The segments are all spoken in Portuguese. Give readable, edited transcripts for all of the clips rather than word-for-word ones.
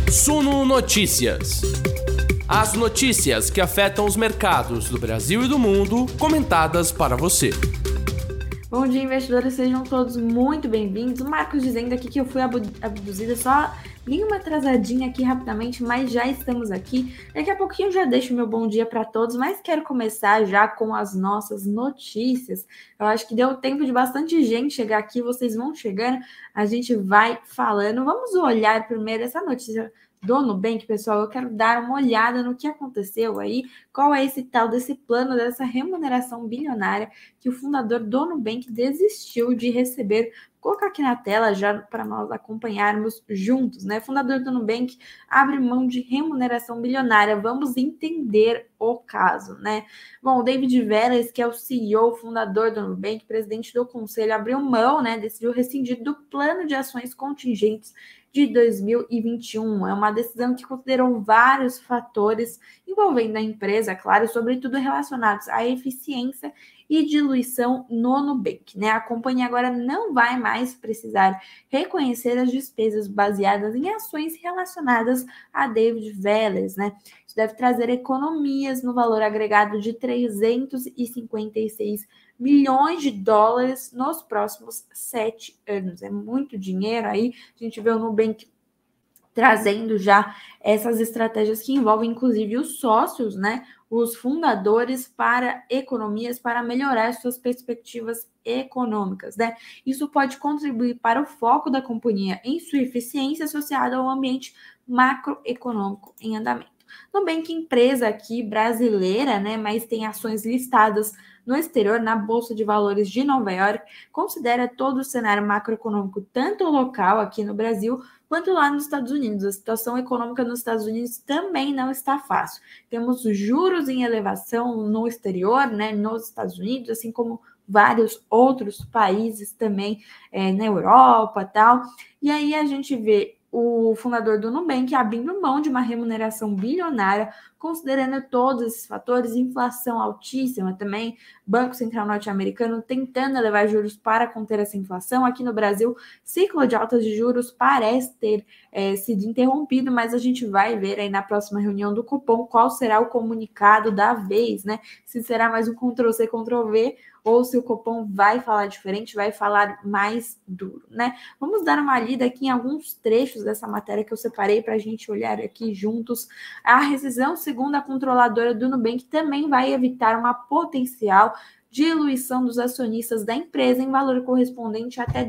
Suno Notícias. As notícias que afetam os mercados do Brasil e do mundo, comentadas para você. Bom dia, investidores, sejam todos muito bem-vindos. O Marcos dizendo aqui que eu fui abduzida, só vim uma atrasadinha aqui rapidamente, mas já estamos aqui. Daqui a pouquinho eu já deixo meu bom dia para todos, mas quero começar já com as nossas notícias. Eu acho que deu tempo de bastante gente chegar aqui, vocês vão chegando, a gente vai falando. Vamos olhar primeiro essa notícia do Nubank, pessoal. Eu quero dar uma olhada no que aconteceu aí, qual é esse tal desse plano, dessa remuneração bilionária que o fundador do Nubank desistiu de receber. Vou colocar aqui na tela já para nós acompanharmos juntos, né? Fundador do Nubank abre mão de remuneração bilionária. Vamos entender o caso, né? Bom, o David Vélez, que é o CEO, fundador do Nubank, presidente do conselho, abriu mão, né? Decidiu rescindir do plano de ações contingentes de 2021. É uma decisão que considerou vários fatores envolvendo a empresa, claro, sobretudo relacionados à eficiência e diluição no Nubank, né? A companhia agora não vai mais precisar reconhecer as despesas baseadas em ações relacionadas a David Vélez, né? Isso deve trazer economias no valor agregado de 356 milhões de dólares nos próximos 7 anos. É muito dinheiro aí. A gente vê o Nubank trazendo já essas estratégias que envolvem, inclusive, os sócios, né? Os fundadores para economias, para melhorar suas perspectivas econômicas, né? Isso pode contribuir para o foco da companhia em sua eficiência associada ao ambiente macroeconômico em andamento. Nubank, empresa aqui brasileira, né? Mas tem ações listadas no exterior, na Bolsa de Valores de Nova York, considera todo o cenário macroeconômico, tanto local aqui no Brasil, quanto lá nos Estados Unidos. A situação econômica nos Estados Unidos também não está fácil. Temos juros em elevação no exterior, né, nos Estados Unidos, assim como vários outros países também na Europa e tal. E aí a gente vê o fundador do Nubank abrindo mão de uma remuneração bilionária, considerando todos esses fatores, inflação altíssima também, Banco Central norte-americano tentando elevar juros para conter essa inflação. Aqui no Brasil, ciclo de altas de juros parece ter sido interrompido, mas a gente vai ver aí na próxima reunião do Copom qual será o comunicado da vez, né? Se será mais um Ctrl-C, Ctrl-V, ou se o Copom vai falar diferente, vai falar mais duro, né? Vamos dar uma lida aqui em alguns trechos dessa matéria que eu separei para a gente olhar aqui juntos. A rescisão, segundo a controladora do Nubank, também vai evitar uma potencial diluição dos acionistas da empresa em valor correspondente a até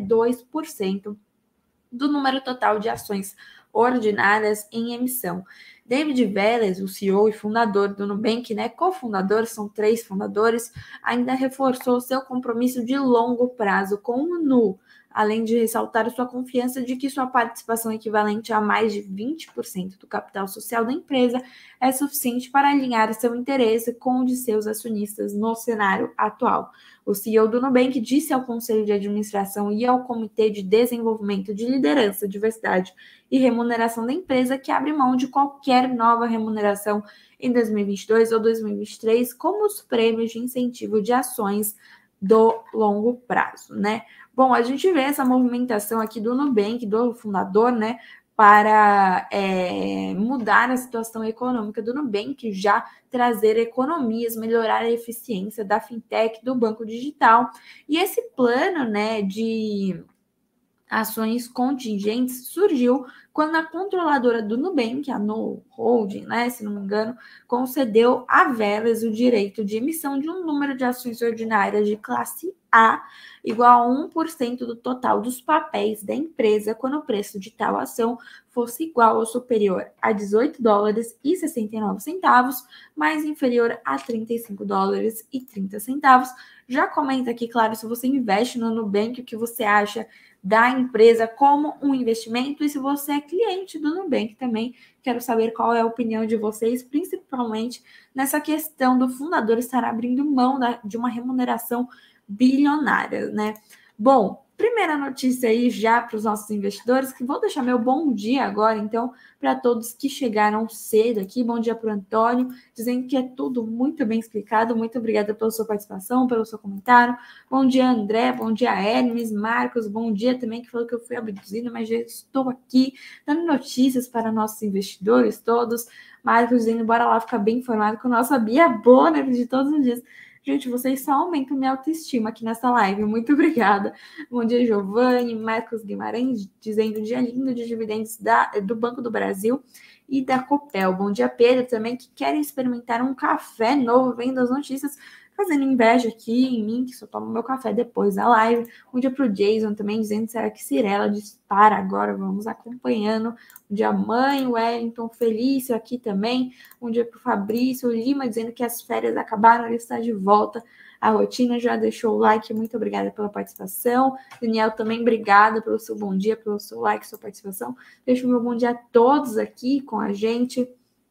2% do número total de ações ordinárias em emissão. David Vélez, o CEO e fundador do Nubank, né, cofundador, são 3 fundadores, ainda reforçou seu compromisso de longo prazo com o Nu, além de ressaltar sua confiança de que sua participação equivalente a mais de 20% do capital social da empresa é suficiente para alinhar seu interesse com o de seus acionistas no cenário atual. O CEO do Nubank disse ao Conselho de Administração e ao Comitê de Desenvolvimento de Liderança, Diversidade e Remuneração da empresa que abre mão de qualquer nova remuneração em 2022 ou 2023, como os prêmios de incentivo de ações do longo prazo, né? Bom, a gente vê essa movimentação aqui do Nubank, do fundador, né, para mudar a situação econômica do Nubank, já trazer economias, melhorar a eficiência da fintech, do banco digital. E esse plano, né, de ações contingentes surgiu quando a controladora do Nubank, a No Holding, né, se não me engano, concedeu a Vélez o direito de emissão de um número de ações ordinárias de classe A igual a 1% do total dos papéis da empresa quando o preço de tal ação fosse igual ou superior a $18,69, mais inferior a $35,30. Já comenta aqui, claro, se você investe no Nubank, o que você acha da empresa como um investimento, e se você é cliente do Nubank também, quero saber qual é a opinião de vocês, principalmente nessa questão do fundador estar abrindo mão de uma remuneração bilionária, né? Bom, primeira notícia aí já para os nossos investidores, que vou deixar meu bom dia agora, então, para todos que chegaram cedo aqui. Bom dia para o Antônio, dizendo que é tudo muito bem explicado. Muito obrigada pela sua participação, pelo seu comentário. Bom dia, André. Bom dia, Hermes, Marcos. Bom dia também, que falou que eu fui abduzida, mas já estou aqui dando notícias para nossos investidores todos. Marcos dizendo, bora lá ficar bem informado com a nossa Bia Bonner de todos os dias. Gente, vocês só aumentam minha autoestima aqui nessa live. Muito obrigada. Bom dia, Giovanni, Marcos Guimarães, dizendo dia lindo de dividendos do Banco do Brasil e da Copel. Bom dia, Pedro, também, que querem experimentar um café novo, vendo as notícias, fazendo inveja aqui em mim, que só tomo meu café depois da live. Bom dia pro Jason também, dizendo, será que Cirela dispara agora? Vamos acompanhando. Bom dia, mãe, Wellington, Felício aqui também. Bom dia pro Fabrício Lima, dizendo que as férias acabaram, ele está de volta. A rotina já deixou o like, muito obrigada pela participação. Daniel, também obrigada pelo seu bom dia, pelo seu like, sua participação. Deixo o meu bom dia a todos aqui com a gente.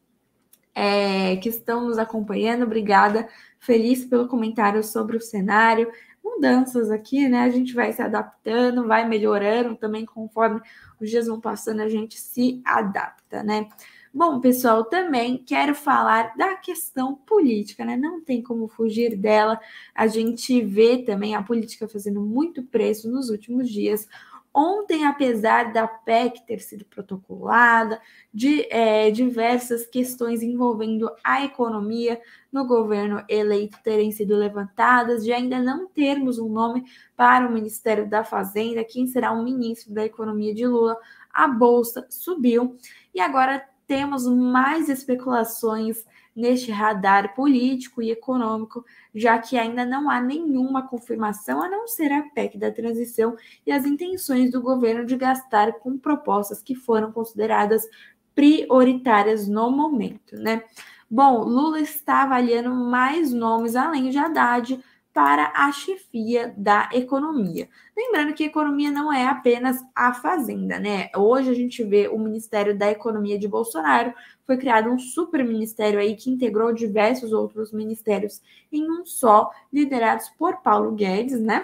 Que estão nos acompanhando, obrigada, feliz pelo comentário sobre o cenário, mudanças aqui, né, a gente vai se adaptando, vai melhorando também conforme os dias vão passando, a gente se adapta, né. Bom, pessoal, também quero falar da questão política, né, não tem como fugir dela, a gente vê também a política fazendo muito preço nos últimos dias. Ontem, apesar da PEC ter sido protocolada, de diversas questões envolvendo a economia no governo eleito terem sido levantadas, de ainda não termos um nome para o Ministério da Fazenda, quem será o ministro da Economia de Lula, a Bolsa subiu e agora temos mais especulações neste radar político e econômico, já que ainda não há nenhuma confirmação, a não ser a PEC da transição e as intenções do governo de gastar com propostas que foram consideradas prioritárias no momento, né? Bom, Lula está avaliando mais nomes além de Haddad para a chefia da economia. Lembrando que economia não é apenas a fazenda, né? Hoje a gente vê o Ministério da Economia de Bolsonaro, foi criado um super ministério aí que integrou diversos outros ministérios em um só, liderados por Paulo Guedes, né?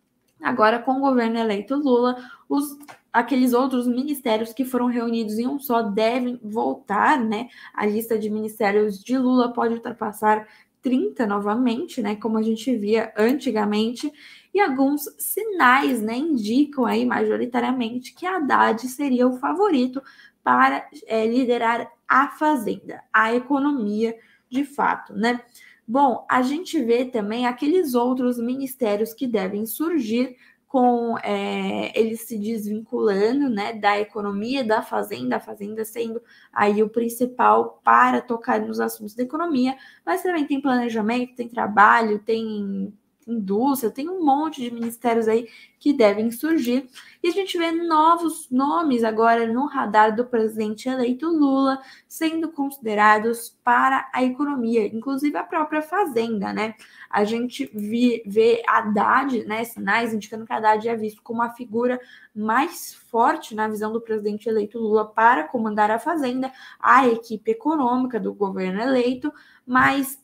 Agora, com o governo eleito Lula, aqueles outros ministérios que foram reunidos em um só devem voltar, né? A lista de ministérios de Lula pode ultrapassar 30 novamente, né? Como a gente via antigamente, e alguns sinais, né, indicam aí majoritariamente que Haddad seria o favorito para liderar a Fazenda, a economia de fato, né? Bom, a gente vê também aqueles outros ministérios que devem surgir com eles se desvinculando, né, da economia, da fazenda, a fazenda sendo aí o principal para tocar nos assuntos da economia, mas também tem planejamento, tem trabalho, tem indústria, tem um monte de ministérios aí que devem surgir. E a gente vê novos nomes agora no radar do presidente eleito Lula sendo considerados para a economia, inclusive a própria Fazenda, né? A gente vê Haddad, né, sinais indicando que Haddad é visto como a figura mais forte na visão do presidente eleito Lula para comandar a Fazenda, a equipe econômica do governo eleito, mas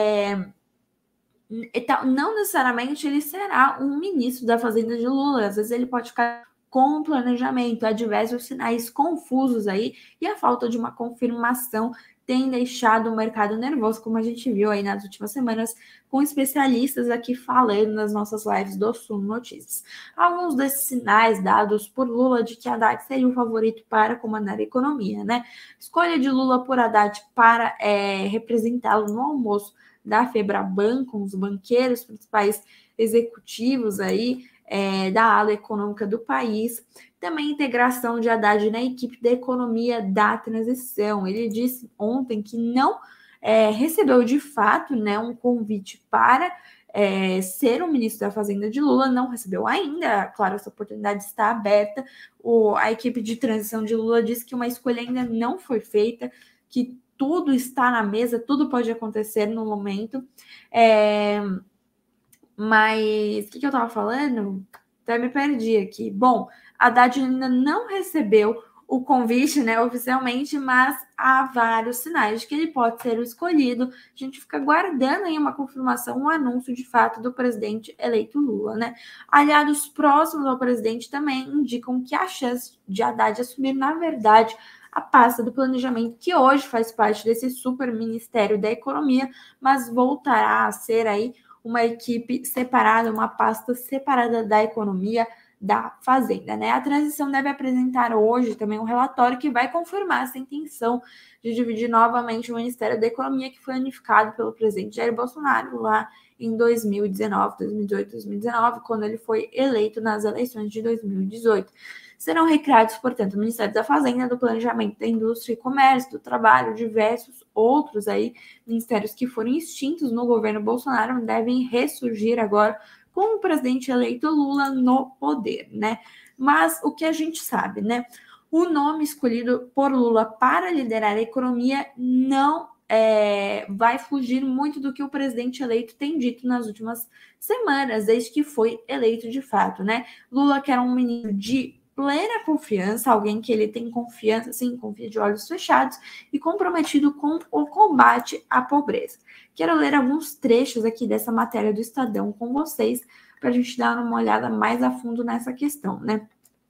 não necessariamente ele será um ministro da Fazenda de Lula, às vezes ele pode ficar com planejamento, há diversos sinais confusos aí, e a falta de uma confirmação tem deixado o mercado nervoso, como a gente viu aí nas últimas semanas, com especialistas aqui falando nas nossas lives do Suno Notícias. Alguns desses sinais dados por Lula de que Haddad seria o favorito para comandar a economia, né? Escolha de Lula por Haddad para representá-lo no almoço da Febraban, com os banqueiros principais executivos aí da ala econômica do país. Também integração de Haddad na equipe da economia da transição. Ele disse ontem que não recebeu de fato, né, um convite para ser o ministro da Fazenda de Lula, não recebeu ainda, claro, essa oportunidade está aberta. A equipe de transição de Lula disse que uma escolha ainda não foi feita, que tudo está na mesa, tudo pode acontecer no momento. Mas o que eu estava falando? Até me perdi aqui. Bom, Haddad ainda não recebeu o convite, né, oficialmente, mas há vários sinais de que ele pode ser o escolhido. A gente fica guardando aí uma confirmação, um anúncio de fato do presidente eleito Lula, né? Aliados próximos ao presidente também indicam que a chance de Haddad assumir, na verdade, a pasta do planejamento, que hoje faz parte desse super ministério da economia, mas voltará a ser aí uma equipe separada, uma pasta separada da economia, da Fazenda, né? A transição deve apresentar hoje também um relatório que vai confirmar essa intenção de dividir novamente o Ministério da Economia, que foi unificado pelo presidente Jair Bolsonaro lá em 2019, 2018, 2019, quando ele foi eleito nas eleições de 2018. Serão recriados, portanto, o Ministério da Fazenda, do Planejamento, da Indústria e Comércio, do Trabalho, diversos outros aí ministérios que foram extintos no governo Bolsonaro devem ressurgir agora com o presidente eleito Lula no poder, né? Mas o que a gente sabe, né? O nome escolhido por Lula para liderar a economia não vai fugir muito do que o presidente eleito tem dito nas últimas semanas, desde que foi eleito de fato, né? Lula quer um ministro de plena confiança, alguém que ele tem confiança, sim, confia de olhos fechados e comprometido com o combate à pobreza. Quero ler alguns trechos aqui dessa matéria do Estadão com vocês, para a gente dar uma olhada mais a fundo nessa questão, né?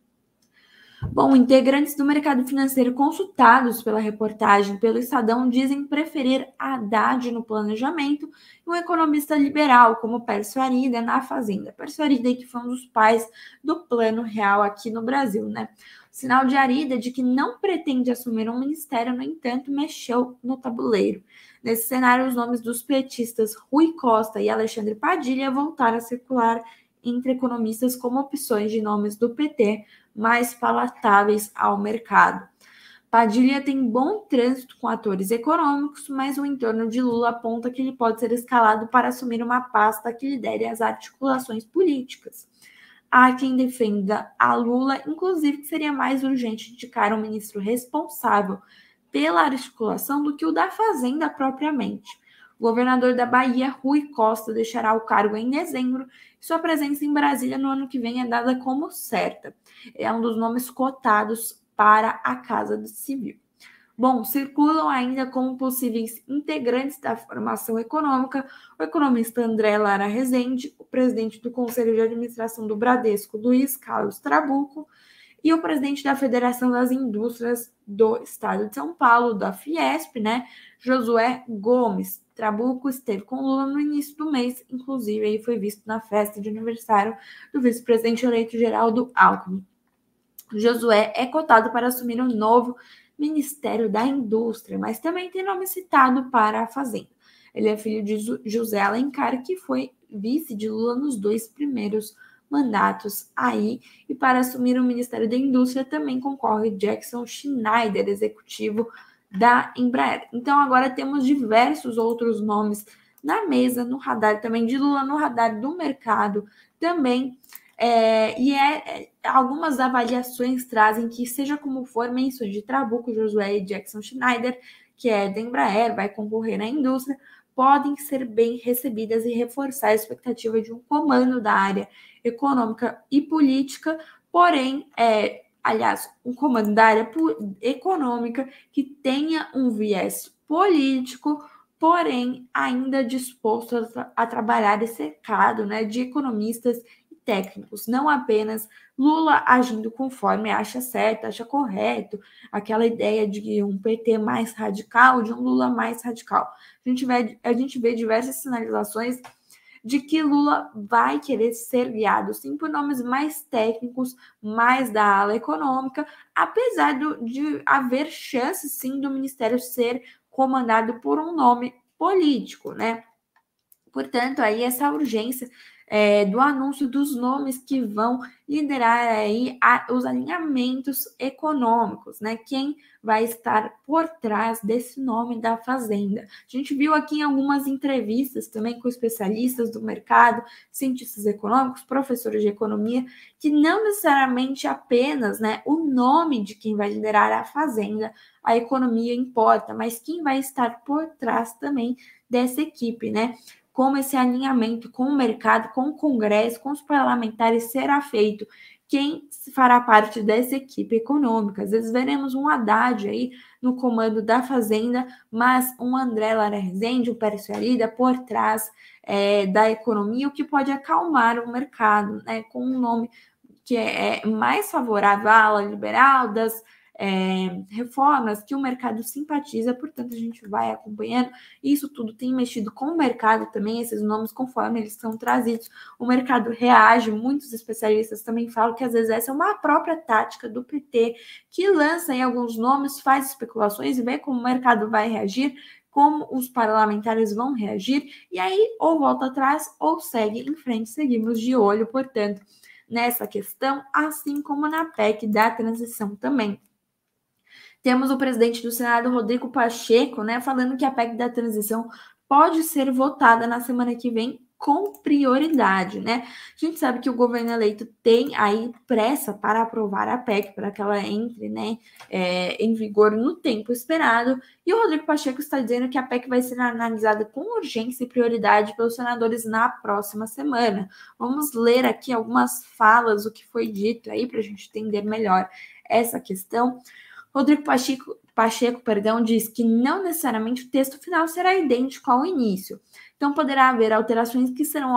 Bom, integrantes do mercado financeiro consultados pela reportagem pelo Estadão dizem preferir Haddad no planejamento e um economista liberal como Pércio Arida na Fazenda. Pércio Arida, que foi um dos pais do Plano Real aqui no Brasil, né? O sinal de Arida de que não pretende assumir um ministério, no entanto, mexeu no tabuleiro. Nesse cenário, os nomes dos petistas Rui Costa e Alexandre Padilha voltaram a circular entre economistas como opções de nomes do PT mais palatáveis ao mercado. Padilha tem bom trânsito com atores econômicos, mas o entorno de Lula aponta que ele pode ser escalado para assumir uma pasta que lidere as articulações políticas. Há quem defenda a Lula, inclusive, que seria mais urgente indicar um ministro responsável pela articulação do que o da Fazenda propriamente. O governador da Bahia, Rui Costa, deixará o cargo em dezembro e sua presença em Brasília no ano que vem é dada como certa. É um dos nomes cotados para a Casa do Civil. Bom, circulam ainda como possíveis integrantes da formação econômica o economista André Lara Rezende, o presidente do Conselho de Administração do Bradesco, Luiz Carlos Trabuco, e o presidente da Federação das Indústrias do Estado de São Paulo, da Fiesp, né, Josué Gomes. Trabuco esteve com Lula no início do mês, inclusive aí foi visto na festa de aniversário do vice-presidente eleito Geraldo Alckmin. Josué é cotado para assumir um novo Ministério da Indústria, mas também tem nome citado para a Fazenda. Ele é filho de José Alencar, que foi vice de Lula nos 2 primeiros mandatos aí, e para assumir o Ministério da Indústria também concorre Jackson Schneider, executivo da Embraer. Então agora temos diversos outros nomes na mesa, no radar também de Lula, no radar do mercado também, algumas avaliações trazem que, seja como for, menções de Trabuco, Josué e Jackson Schneider, que é da Embraer, vai concorrer na indústria, podem ser bem recebidas e reforçar a expectativa de um comando da área econômica e política, porém, um comando da área econômica que tenha um viés político, porém, ainda disposto a trabalhar e cercado, né, de economistas e técnicos, não apenas Lula agindo conforme acha certo, acha correto, aquela ideia de um PT mais radical, de um Lula mais radical. A gente vê diversas sinalizações de que Lula vai querer ser guiado, sim, por nomes mais técnicos, mais da ala econômica, apesar de haver chance, sim, do ministério ser comandado por um nome político, né? Portanto, aí essa urgência do anúncio dos nomes que vão liderar aí os alinhamentos econômicos, né? Quem vai estar por trás desse nome da Fazenda. A gente viu aqui em algumas entrevistas também com especialistas do mercado, cientistas econômicos, professores de economia, que não necessariamente apenas, né, o nome de quem vai liderar a Fazenda, a economia importa, mas quem vai estar por trás também dessa equipe, né? Como esse alinhamento com o mercado, com o Congresso, com os parlamentares será feito. quem fará parte dessa equipe econômica. Às vezes veremos um Haddad aí no comando da Fazenda, mas um André Lara Rezende, o Pércio Arida, por trás da economia, o que pode acalmar o mercado, né, com um nome que é mais favorável à ala liberal, das reformas que o mercado simpatiza, portanto a gente vai acompanhando. Isso tudo tem mexido com o mercado também, esses nomes, conforme eles são trazidos, o mercado reage. Muitos especialistas também falam que às vezes essa é uma própria tática do PT, que lança aí alguns nomes, faz especulações e vê como o mercado vai reagir, como os parlamentares vão reagir, e aí ou volta atrás ou segue em frente. Seguimos de olho, portanto, nessa questão, assim como na PEC da transição também. Temos o presidente do Senado, Rodrigo Pacheco, né, falando que a PEC da transição pode ser votada na semana que vem com prioridade, né? A gente sabe que o governo eleito tem aí pressa para aprovar a PEC, para que ela entre, né, em vigor no tempo esperado. E o Rodrigo Pacheco está dizendo que a PEC vai ser analisada com urgência e prioridade pelos senadores na próxima semana. Vamos ler aqui algumas falas, o que foi dito aí, para a gente entender melhor essa questão. Rodrigo Pacheco, diz que não necessariamente o texto final será idêntico ao início. Então, poderá haver alterações que serão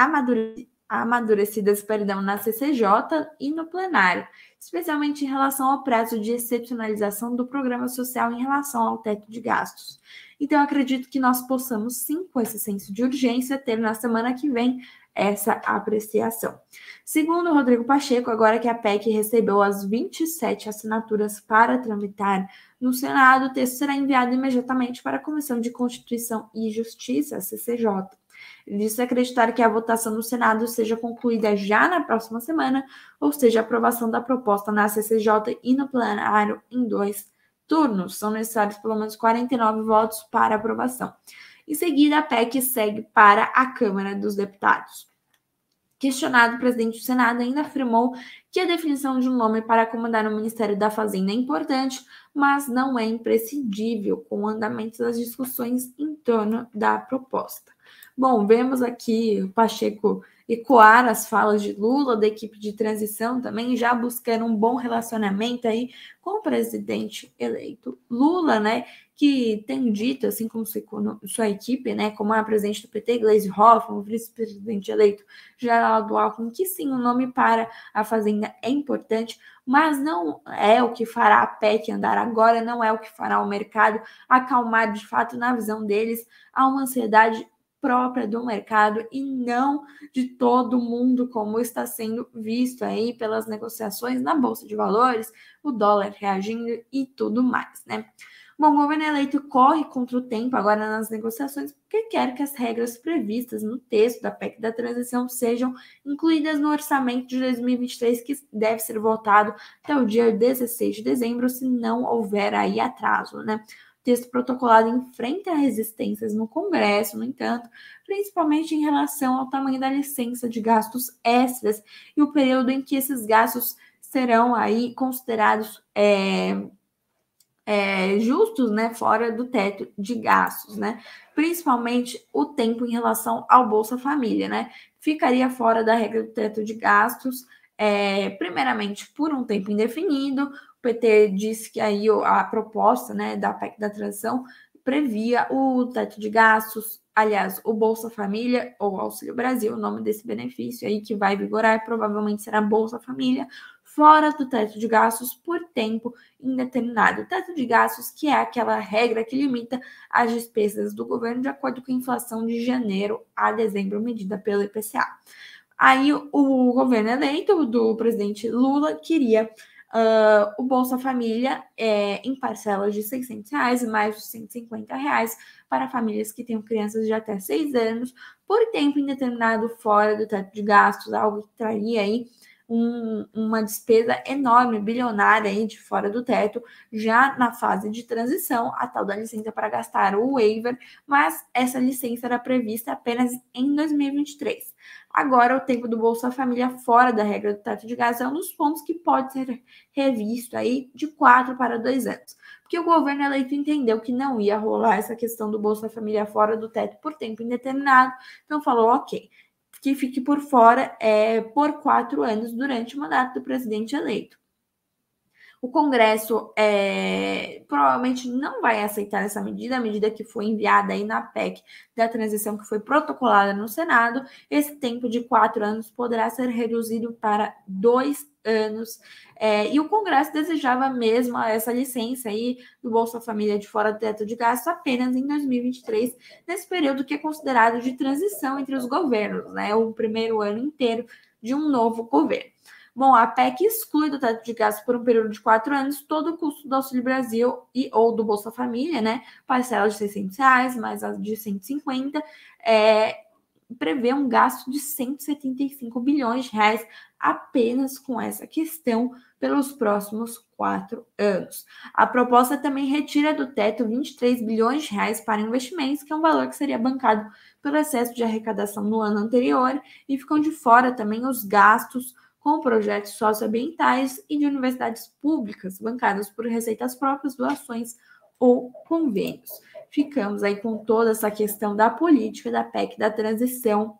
amadurecidas na CCJ e no plenário, especialmente em relação ao prazo de excepcionalização do programa social em relação ao teto de gastos. Então, acredito que nós possamos, sim, com esse senso de urgência, ter na semana que vem essa apreciação. Segundo Rodrigo Pacheco, agora que a PEC recebeu as 27 assinaturas para tramitar no Senado, o texto será enviado imediatamente para a Comissão de Constituição e Justiça, a CCJ. Ele disse acreditar que a votação no Senado seja concluída já na próxima semana, ou seja, a aprovação da proposta na CCJ e no plenário em 2 turnos. São necessários pelo menos 49 votos para aprovação. Em seguida, a PEC segue para a Câmara dos Deputados. Questionado, o presidente do Senado ainda afirmou que a definição de um nome para comandar o Ministério da Fazenda é importante, mas não é imprescindível com o andamento das discussões em torno da proposta. Bom, vemos aqui o Pacheco ecoar as falas de Lula, da equipe de transição também, já buscando um bom relacionamento aí com o presidente eleito Lula, né, que tem dito, assim como sua equipe, né, como a presidente do PT, Gleisi Hoffmann, o vice-presidente eleito Geraldo Alckmin, que sim, o nome para a Fazenda é importante, mas não é o que fará a PEC andar agora, não é o que fará o mercado acalmar de fato. Na visão deles, há uma ansiedade própria do mercado e não de todo mundo, como está sendo visto aí pelas negociações na Bolsa de Valores, o dólar reagindo e tudo mais, né? Bom, o governo eleito corre contra o tempo agora nas negociações porque quer que as regras previstas no texto da PEC da transição sejam incluídas no orçamento de 2023, que deve ser votado até o dia 16 de dezembro, se não houver aí atraso, né? O texto protocolado enfrenta resistências no Congresso, no entanto, principalmente em relação ao tamanho da licença de gastos extras e o período em que esses gastos serão aí considerados justos, né, fora do teto de gastos, né? Principalmente o tempo em relação ao Bolsa Família, né? Ficaria fora da regra do teto de gastos, primeiramente por um tempo indefinido. O PT disse que aí a proposta, né, da PEC da transição previa o teto de gastos, aliás, o Bolsa Família ou Auxílio Brasil, o nome desse benefício aí que vai vigorar provavelmente será Bolsa Família, fora do teto de gastos por tempo indeterminado. O teto de gastos, que é aquela regra que limita as despesas do governo de acordo com a inflação de janeiro a dezembro, medida pelo IPCA. Aí o governo eleito do presidente Lula queria o Bolsa Família em parcelas de R$600, mais de R$150 para famílias que tenham crianças de até 6 anos, por tempo indeterminado fora do teto de gastos, algo que traria aí uma despesa enorme, bilionária aí de fora do teto, já na fase de transição, a tal da licença para gastar, o waiver, mas essa licença era prevista apenas em 2023. Agora, o tempo do Bolsa Família fora da regra do teto de gastos é um dos pontos que pode ser revisto aí de 4 para 2 anos. Porque o governo eleito entendeu que não ia rolar essa questão do Bolsa Família fora do teto por tempo indeterminado, então falou, ok, que fique por fora por 4 anos durante o mandato do presidente eleito. O Congresso provavelmente não vai aceitar essa medida, a medida que foi enviada aí na PEC da transição, que foi protocolada no Senado. Esse tempo de 4 anos poderá ser reduzido para 2 anos. E o Congresso desejava mesmo essa licença aí do Bolsa Família de fora do teto de gasto apenas em 2023, nesse período que é considerado de transição entre os governos, né? O primeiro ano inteiro de um novo governo. Bom, a PEC exclui do teto de gastos por um período de 4 anos todo o custo do Auxílio Brasil ou do Bolsa Família, né? Parcela de R$600, mais a de 150, prevê um gasto de 175 bilhões de reais apenas com essa questão pelos próximos 4 anos. A proposta também retira do teto 23 bilhões de reais para investimentos, que é um valor que seria bancado pelo excesso de arrecadação no ano anterior, e ficam de fora também os gastos com projetos socioambientais e de universidades públicas, bancadas por receitas próprias, doações ou convênios. Ficamos aí com toda essa questão da política da PEC da transição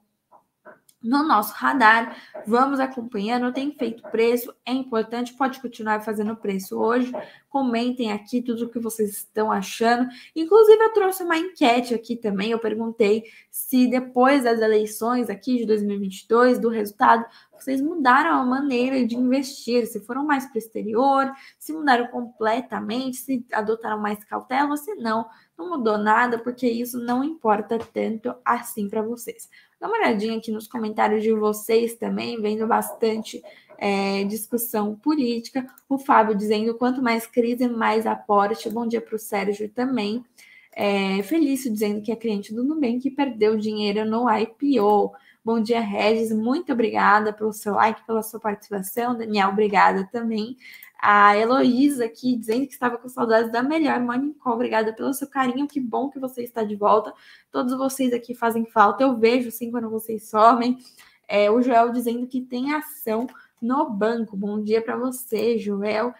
no nosso radar. Vamos acompanhando, tem feito preço, é importante, pode continuar fazendo preço hoje. Comentem aqui tudo o que vocês estão achando. Inclusive, eu trouxe uma enquete aqui também, eu perguntei se depois das eleições aqui de 2022, do resultado, vocês mudaram a maneira de investir, se foram mais para o exterior, se mudaram completamente, se adotaram mais cautela, ou se não mudou nada, porque isso não importa tanto assim para vocês. Dá uma olhadinha aqui nos comentários de vocês também, vendo bastante discussão política. O Fábio dizendo, quanto mais crise, mais aporte. Bom dia para o Sérgio também. Felício dizendo que é cliente do Nubank e perdeu dinheiro no IPO. Bom dia, Regis. Muito obrigada pelo seu like, pela sua participação. Daniel, obrigada também. A Heloísa aqui dizendo que estava com saudades da melhor Morning Call. Obrigada pelo seu carinho. Que bom que você está de volta. Todos vocês aqui fazem falta. Eu vejo sim quando vocês somem. O Joel dizendo que tem ação no banco. Bom dia para você, Joel.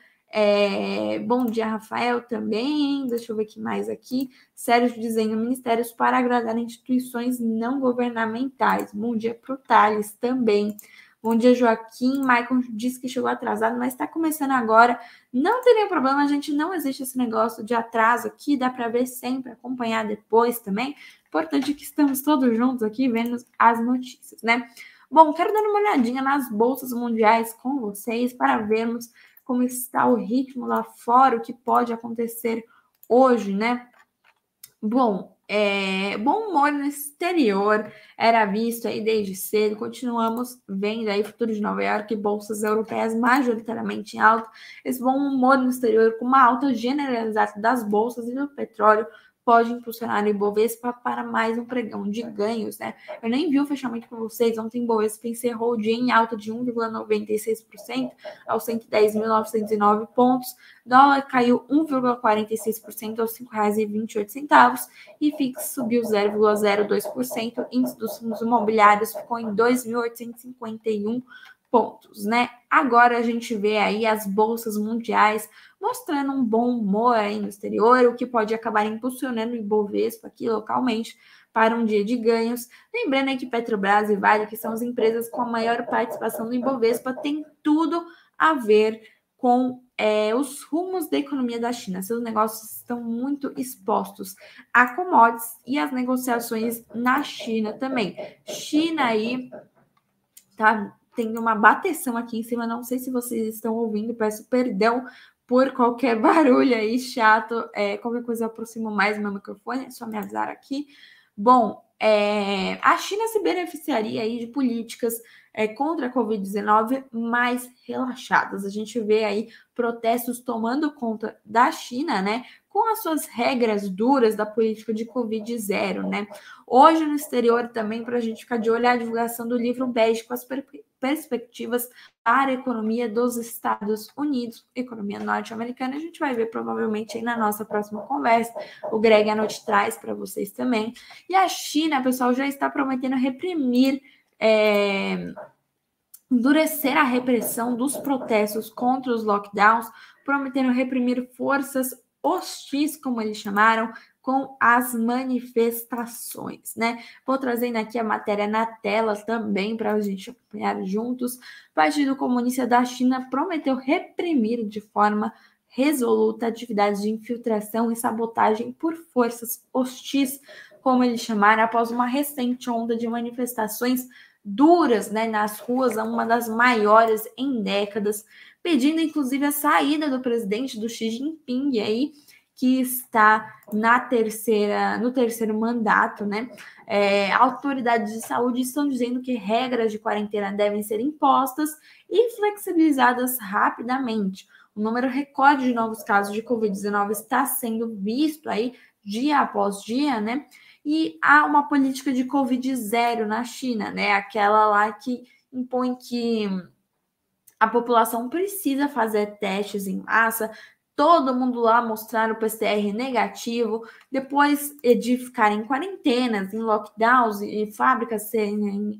Bom dia, Rafael, também. Deixa eu ver o que mais aqui. Sérgio dizendo ministérios para agradar instituições não governamentais. Bom dia para o Thales também. Bom dia, Joaquim. Michael disse que chegou atrasado, mas está começando agora. Não tem nenhum problema, a gente não existe esse negócio de atraso aqui, dá para ver sempre, acompanhar depois também. Importante que estamos todos juntos aqui vendo as notícias, né? Bom, quero dar uma olhadinha nas bolsas mundiais com vocês para vermos como está o ritmo lá fora, o que pode acontecer hoje, né? Bom humor no exterior era visto aí desde cedo, continuamos vendo aí futuro de Nova York e bolsas europeias majoritariamente em alta. Esse bom humor no exterior com uma alta generalizada das bolsas e do petróleo pode impulsionar o Ibovespa para mais um pregão de ganhos, né? Eu nem vi o fechamento com vocês, ontem o Ibovespa encerrou o dia em alta de 1,96% aos 110.909 pontos, dólar caiu 1,46% aos R$ 5,28 e FIX subiu 0,02%, índice dos fundos imobiliários ficou em 2.851 pontos, né? Agora a gente vê aí as bolsas mundiais mostrando um bom humor aí no exterior, o que pode acabar impulsionando o Ibovespa aqui localmente para um dia de ganhos. Lembrando aí que Petrobras e Vale, que são as empresas com a maior participação no Ibovespa, tem tudo a ver com os rumos da economia da China. Seus negócios estão muito expostos a commodities e as negociações na China também. China aí tá tendo uma bateção aqui em cima, não sei se vocês estão ouvindo, peço perdão por qualquer barulho aí chato, qualquer coisa eu aproximo mais meu microfone, é só me avisar aqui. Bom, a China se beneficiaria aí de políticas contra a Covid-19 mais relaxadas. A gente vê aí protestos tomando conta da China, né, com as suas regras duras da política de Covid-0, né? Hoje no exterior também, para a gente ficar de olho, a divulgação do livro bege com as perspectivas para a economia dos Estados Unidos, economia norte-americana. A gente vai ver provavelmente aí na nossa próxima conversa. O Greg à noite traz para vocês também. E a China, pessoal, já está prometendo reprimir, endurecer a repressão dos protestos contra os lockdowns, prometendo reprimir forças hostis, como eles chamaram, com as manifestações, né? Vou trazendo aqui a matéria na tela também para a gente acompanhar juntos. O Partido Comunista da China prometeu reprimir de forma resoluta atividades de infiltração e sabotagem por forças hostis, como eles chamaram, após uma recente onda de manifestações duras, né, nas ruas, uma das maiores em décadas, pedindo inclusive a saída do presidente do Xi Jinping aí, que está no terceiro mandato, né? Autoridades de saúde estão dizendo que regras de quarentena devem ser impostas e flexibilizadas rapidamente. O número recorde de novos casos de Covid-19 está sendo visto aí dia após dia, né? E há uma política de Covid zero na China, né? Aquela lá que impõe que a população precisa fazer testes em massa, todo mundo lá mostrar o PCR negativo, depois de ficar em quarentenas, em lockdowns e fábricas serem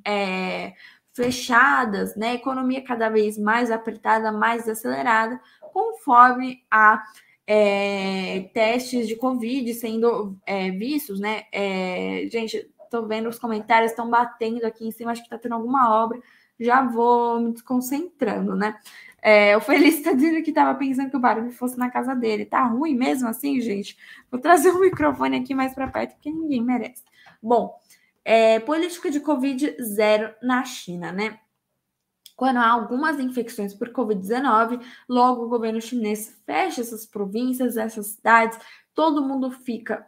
fechadas, né? Economia cada vez mais apertada, mais acelerada, conforme a testes de Covid sendo vistos, né? Gente, tô vendo os comentários, estão batendo aqui em cima, acho que tá tendo alguma obra, já vou me desconcentrando, né? O Feliz está dizendo que estava pensando que o barulho fosse na casa dele. Tá ruim mesmo assim, gente? Vou trazer o microfone aqui mais para perto, porque ninguém merece. Bom, política de Covid zero na China, né? Quando há algumas infecções por Covid-19, logo o governo chinês fecha essas províncias, essas cidades, todo mundo fica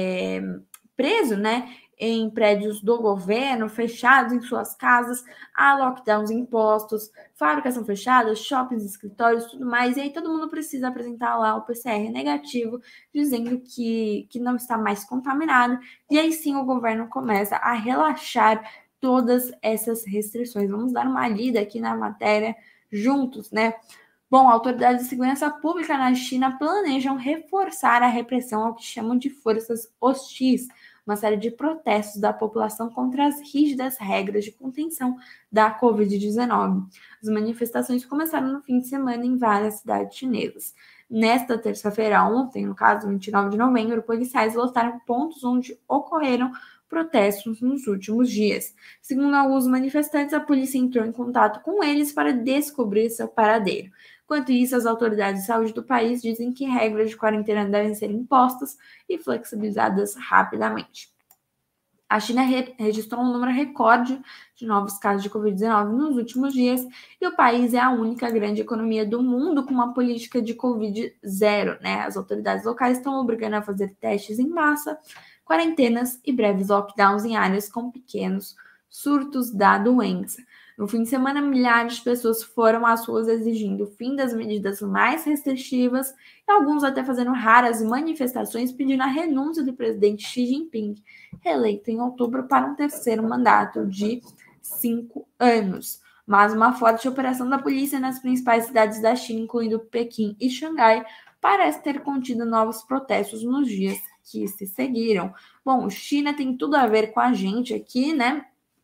preso, né? Em prédios do governo, fechados em suas casas, há lockdowns impostos, fábricas são fechadas, shoppings, escritórios, tudo mais, e aí todo mundo precisa apresentar lá o PCR negativo, dizendo que não está mais contaminado, e aí sim o governo começa a relaxar todas essas restrições. Vamos dar uma lida aqui na matéria juntos, né? Bom, autoridades de segurança pública na China planejam reforçar a repressão ao que chamam de forças hostis, uma série de protestos da população contra as rígidas regras de contenção da Covid-19. As manifestações começaram no fim de semana em várias cidades chinesas. Nesta terça-feira, ontem, no caso, 29 de novembro, policiais lotaram pontos onde ocorreram protestos nos últimos dias. Segundo alguns manifestantes, a polícia entrou em contato com eles para descobrir seu paradeiro. Enquanto isso, as autoridades de saúde do país dizem que regras de quarentena devem ser impostas e flexibilizadas rapidamente. A China registrou um número recorde de novos casos de Covid-19 nos últimos dias e o país é a única grande economia do mundo com uma política de Covid zero, né? As autoridades locais estão obrigando a fazer testes em massa, quarentenas e breves lockdowns em áreas com pequenos surtos da doença. No fim de semana, milhares de pessoas foram às ruas exigindo o fim das medidas mais restritivas e alguns até fazendo raras manifestações pedindo a renúncia do presidente Xi Jinping, reeleito em outubro para um terceiro mandato de 5 anos. Mas uma forte operação da polícia nas principais cidades da China, incluindo Pequim e Xangai, parece ter contido novos protestos nos dias que se seguiram. Bom, China tem tudo a ver com a gente aqui, né?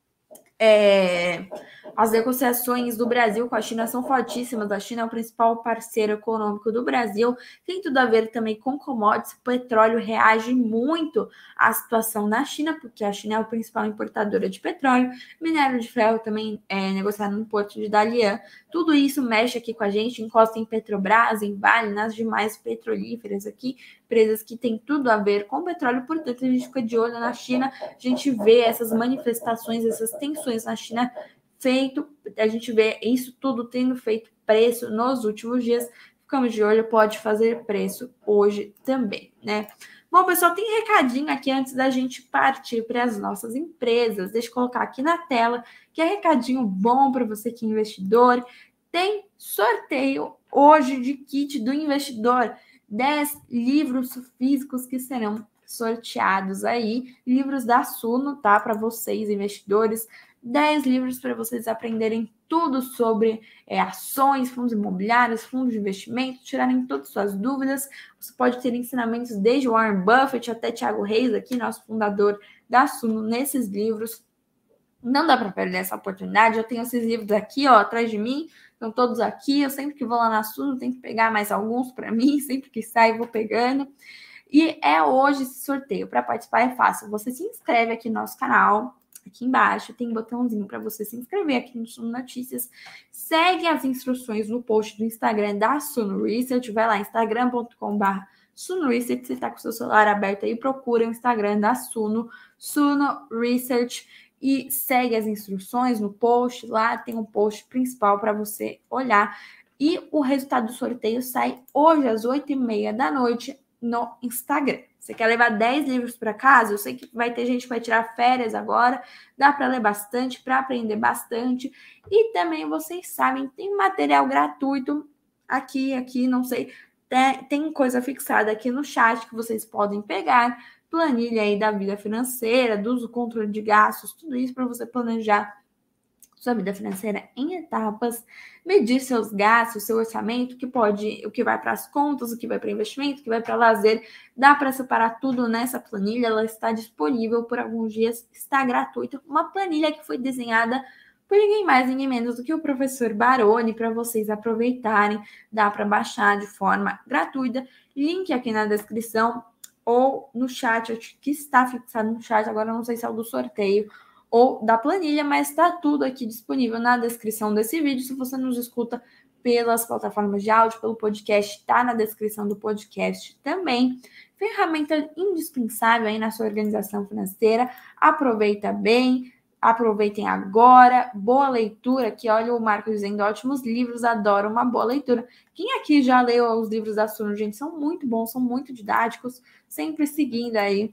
As negociações do Brasil com a China são fortíssimas. A China é o principal parceiro econômico do Brasil. Tem tudo a ver também com commodities. O petróleo reage muito à situação na China, porque a China é a principal importadora de petróleo. Minério de ferro também é negociado no porto de Dalian. Tudo isso mexe aqui com a gente, encosta em Petrobras, em Vale, nas demais petrolíferas aqui, empresas que têm tudo a ver com petróleo. Portanto, a gente fica de olho na China, a gente vê essas manifestações, essas tensões na China a gente vê isso tudo tendo feito preço nos últimos dias. Ficamos de olho, pode fazer preço hoje também, né? Bom, pessoal, tem recadinho aqui antes da gente partir para as nossas empresas. Deixa eu colocar aqui na tela, que é recadinho bom para você que é investidor. Tem sorteio hoje de kit do investidor. 10 livros físicos que serão sorteados aí. Livros da Suno, tá? Para vocês, investidores. 10 livros para vocês aprenderem tudo sobre ações, fundos imobiliários, fundos de investimento, tirarem todas as suas dúvidas. Você pode ter ensinamentos desde Warren Buffett até Thiago Reis, aqui, nosso fundador da Suno, nesses livros. Não dá para perder essa oportunidade. Eu tenho esses livros aqui, ó, atrás de mim, estão todos aqui. Eu sempre que vou lá na Suno, tenho que pegar mais alguns para mim, sempre que saio vou pegando. E é hoje esse sorteio. Para participar é fácil. Você se inscreve aqui no nosso canal. Aqui embaixo tem um botãozinho para você se inscrever aqui no Suno Notícias. Segue as instruções no post do Instagram da Suno Research. Vai lá, instagram.com/Suno Research. Você está com o seu celular aberto aí, procura o Instagram da Suno Research. E segue as instruções no post. Lá tem um post principal para você olhar. E o resultado do sorteio sai hoje às 8h30 da noite no Instagram. Você quer levar 10 livros para casa? Eu sei que vai ter gente que vai tirar férias agora. Dá para ler bastante, para aprender bastante. E também, vocês sabem, tem material gratuito aqui, não sei. Tem coisa fixada aqui no chat que vocês podem pegar. Planilha aí da vida financeira, do controle de gastos, tudo isso para você planejar sua vida financeira em etapas, medir seus gastos, seu orçamento, o que vai para as contas, o que vai para investimento, o que vai para lazer. Dá para separar tudo nessa planilha, ela está disponível por alguns dias, está gratuita. Uma planilha que foi desenhada por ninguém mais, ninguém menos do que o professor Baroni, para vocês aproveitarem. Dá para baixar de forma gratuita. Link aqui na descrição ou no chat, que está fixado no chat, agora não sei se é o do sorteio ou da planilha, mas está tudo aqui disponível na descrição desse vídeo. Se você nos escuta pelas plataformas de áudio, pelo podcast, está na descrição do podcast também. Ferramenta indispensável aí na sua organização financeira. Aproveita bem, aproveitem agora. Boa leitura, aqui olha o Marco dizendo, ótimos livros, adoro uma boa leitura. Quem aqui já leu os livros da Suno, gente? São muito bons, são muito didáticos, sempre seguindo aí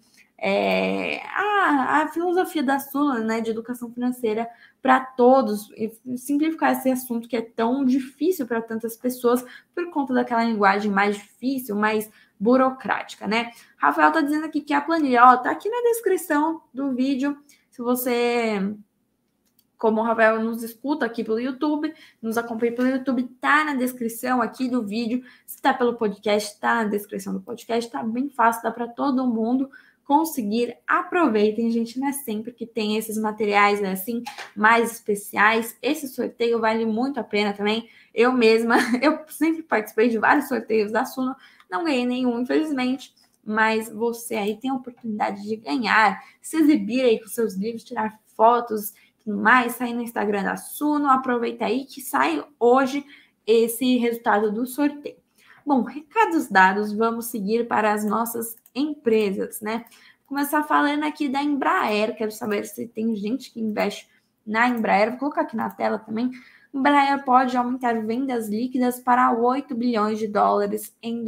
a filosofia da Suno, né, de educação financeira para todos, e simplificar esse assunto que é tão difícil para tantas pessoas por conta daquela linguagem mais difícil, mais burocrática, né? Rafael tá dizendo aqui que a planilha, tá aqui na descrição do vídeo. Se você, como o Rafael nos escuta aqui pelo YouTube, nos acompanha pelo YouTube, tá na descrição aqui do vídeo. Se tá pelo podcast, tá na descrição do podcast, tá bem fácil, dá para todo mundo conseguir. Aproveitem, gente, não é sempre que tem esses materiais, né, assim, mais especiais. Esse sorteio vale muito a pena também. Eu mesma, eu sempre participei de vários sorteios da Suno, não ganhei nenhum, infelizmente, mas você aí tem a oportunidade de ganhar, se exibir aí com seus livros, tirar fotos e tudo mais, sair no Instagram da Suno. Aproveita aí que sai hoje esse resultado do sorteio. Bom, recados dados, vamos seguir para as nossas empresas, né? Vou começar falando aqui da Embraer. Quero saber se tem gente que investe na Embraer. Vou colocar aqui na tela também. Embraer pode aumentar vendas líquidas para 8 bilhões de dólares em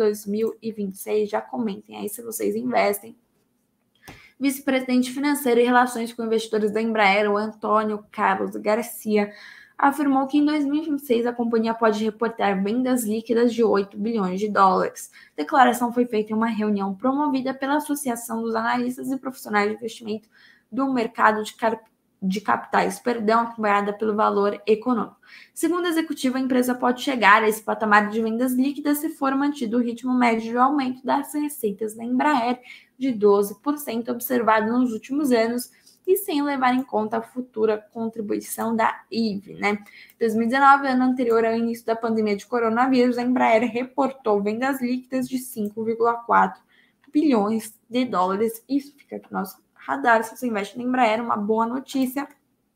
2026. Já comentem aí se vocês investem. Vice-presidente financeiro e relações com investidores da Embraer, o Antônio Carlos Garcia, afirmou que em 2026 a companhia pode reportar vendas líquidas de 8 bilhões de dólares. A declaração foi feita em uma reunião promovida pela Associação dos Analistas e Profissionais de Investimento do Mercado de Capitais, acompanhada pelo Valor Econômico. Segundo a executiva, a empresa pode chegar a esse patamar de vendas líquidas se for mantido o ritmo médio de aumento das receitas da Embraer de 12% observado nos últimos anos, e sem levar em conta a futura contribuição da IVE, né? 2019, ano anterior ao início da pandemia de coronavírus, a Embraer reportou vendas líquidas de 5,4 bilhões de dólares. Isso fica aqui no nosso radar. Se você investe na Embraer, uma boa notícia.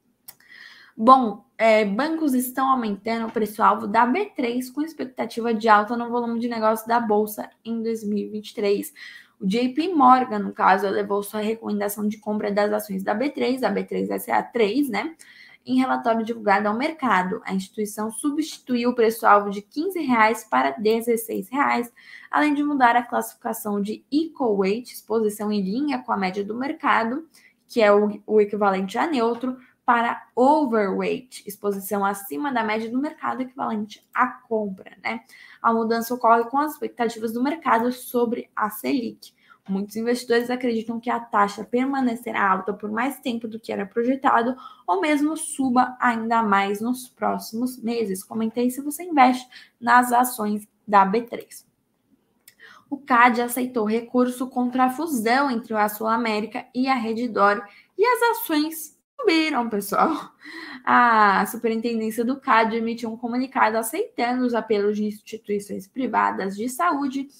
Bom, bancos estão aumentando o preço-alvo da B3 com expectativa de alta no volume de negócio da Bolsa em 2023. O JP Morgan, no caso, elevou sua recomendação de compra das ações da B3, a B3SA3, né? Em relatório divulgado ao mercado, a instituição substituiu o preço-alvo de R$ 15 para R$ 16, além de mudar a classificação de Equal Weight, exposição em linha com a média do mercado, que é o equivalente a neutro, para Overweight, exposição acima da média do mercado, equivalente à compra, né? A mudança ocorre com as expectativas do mercado sobre a Selic. Muitos investidores acreditam que a taxa permanecerá alta por mais tempo do que era projetado, ou mesmo suba ainda mais nos próximos meses. Comentei se você investe nas ações da B3. O CAD aceitou recurso contra a fusão entre a Sul América e a Redditor, e as ações subiram, pessoal. A superintendência do CAD emitiu um comunicado aceitando os apelos de instituições privadas de saúde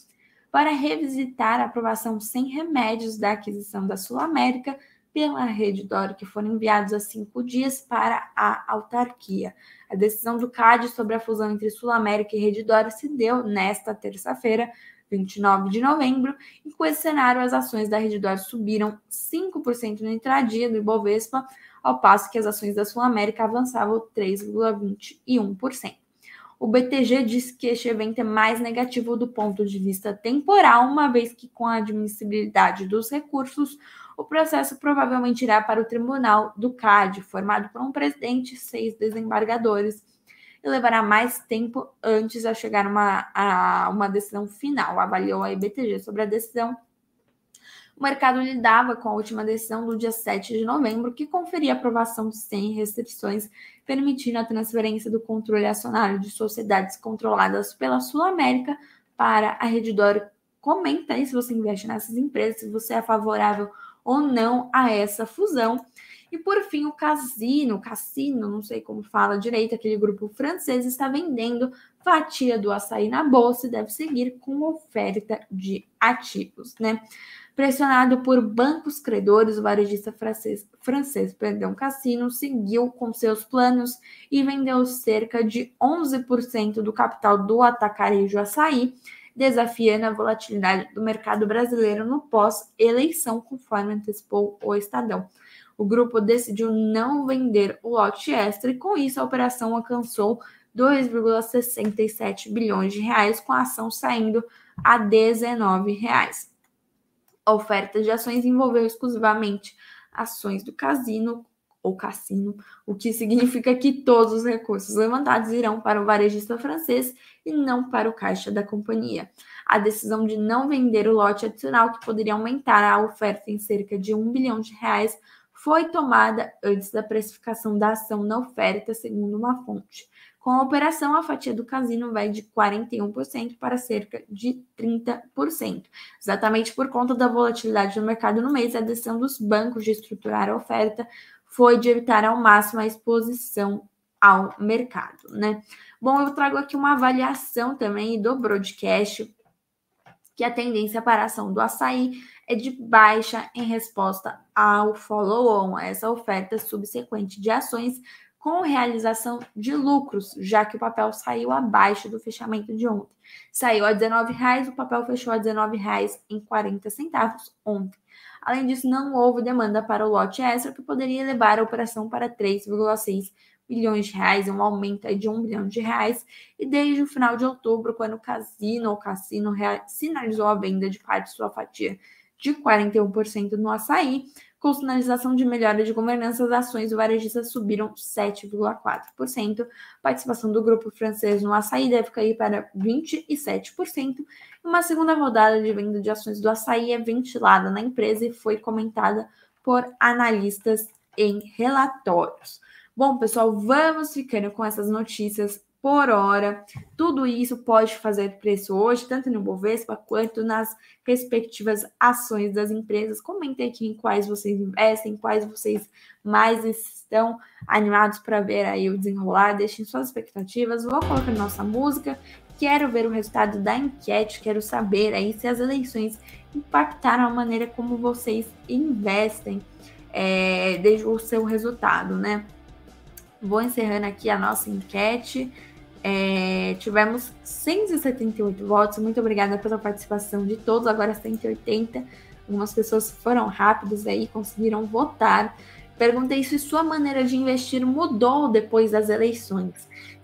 para revisitar a aprovação sem remédios da aquisição da Sul América pela Redditor, que foram enviados há 5 dias para a autarquia. A decisão do CAD sobre a fusão entre Sul América e Redditor se deu nesta terça-feira, 29 de novembro, e com esse cenário as ações da Redditor subiram 5% no intradia do Ibovespa, ao passo que as ações da Sul América avançavam 3,21%. O BTG disse que este evento é mais negativo do ponto de vista temporal, uma vez que com a admissibilidade dos recursos, o processo provavelmente irá para o tribunal do CAD, formado por um presidente e 6 desembargadores, e levará mais tempo antes de chegar a uma decisão final, avaliou a IBTG sobre a decisão. O mercado lidava com a última decisão do dia 7 de novembro, que conferia aprovação sem restrições, permitindo a transferência do controle acionário de sociedades controladas pela Sul América para a Redditor. Comenta aí se você investe nessas empresas, se você é favorável ou não a essa fusão. E por fim, o Cassino, não sei como fala direito, aquele grupo francês está vendendo fatia do açaí na bolsa e deve seguir com oferta de ativos, né? Pressionado por bancos credores, o varejista francês Cassino seguiu com seus planos e vendeu cerca de 11% do capital do atacarejo açaí, desafiando a volatilidade do mercado brasileiro no pós-eleição, conforme antecipou o Estadão. O grupo decidiu não vender o lote extra e, com isso, a operação alcançou 2,67 bilhões de reais, com a ação saindo a R$19. A oferta de ações envolveu exclusivamente ações do Cassino, o que significa que todos os recursos levantados irão para o varejista francês e não para o caixa da companhia. A decisão de não vender o lote adicional, que poderia aumentar a oferta em cerca de R$1 bilhão, foi tomada antes da precificação da ação na oferta, segundo uma fonte. Com a operação, a fatia do Cassino vai de 41% para cerca de 30%. Exatamente por conta da volatilidade do mercado no mês, a decisão dos bancos de estruturar a oferta foi de evitar ao máximo a exposição ao mercado, né? Bom, eu trago aqui uma avaliação também do broadcast, que a tendência para a ação do açaí é de baixa em resposta ao follow-on, essa oferta subsequente de ações com realização de lucros, já que o papel saiu abaixo do fechamento de ontem. Saiu a R$19, o papel fechou a R$19,40 ontem. Além disso, não houve demanda para o lote extra, que poderia levar a operação para 3,6 bilhões de reais, um aumento de R$1 bilhão. E desde o final de outubro, quando o Cassino sinalizou a venda de parte de sua fatia de 41% no açaí, com sinalização de melhora de governança, as ações do varejista subiram 7,4%. A participação do grupo francês no açaí deve cair para 27%. Uma segunda rodada de venda de ações do açaí é ventilada na empresa e foi comentada por analistas em relatórios. Bom, pessoal, vamos ficando com essas notícias por hora. Tudo isso pode fazer preço hoje, tanto no Bovespa quanto nas respectivas ações das empresas. Comentem aqui em quais vocês investem, quais vocês mais estão animados para ver aí o desenrolar. Deixem suas expectativas. Vou colocar nossa música. Quero ver o resultado da enquete, quero saber aí se as eleições impactaram a maneira como vocês investem desde o seu resultado, né? Vou encerrando aqui a nossa enquete. Tivemos 178 votos. Muito obrigada pela participação de todos. Agora 180. Algumas pessoas foram rápidas aí, conseguiram votar. Perguntei se sua maneira de investir mudou depois das eleições.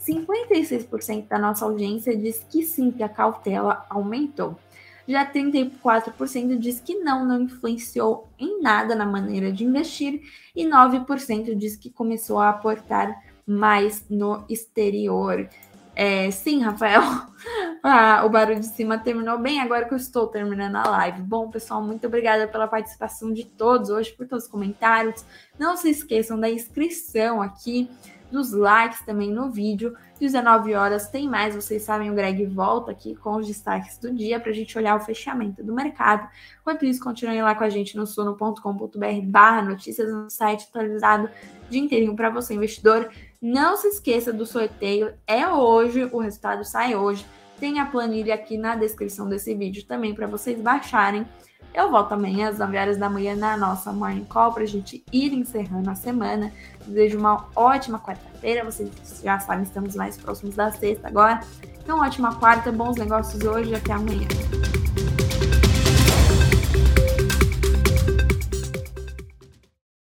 56% da nossa audiência diz que sim, que a cautela aumentou. Já 34% diz que não influenciou em nada na maneira de investir, e 9% diz que começou a aportar mais no exterior. Sim, Rafael, o barulho de cima terminou bem agora que eu estou terminando a live. Bom, pessoal, muito obrigada pela participação de todos hoje, por todos os comentários. Não se esqueçam da inscrição aqui, dos likes também no vídeo. 19 horas tem mais, vocês sabem, o Greg volta aqui com os destaques do dia para a gente olhar o fechamento do mercado. Enquanto isso, continuem lá com a gente no suno.com.br/notícias, no site atualizado o dia inteirinho para você, investidor. Não se esqueça do sorteio, é hoje, o resultado sai hoje. Tem a planilha aqui na descrição desse vídeo também para vocês baixarem. Eu volto amanhã às 9 horas da manhã na nossa Morning Call para a gente ir encerrando a semana. Desejo uma ótima quarta-feira. Vocês já sabem, estamos mais próximos da sexta agora. Então, ótima quarta, bons negócios hoje e até amanhã.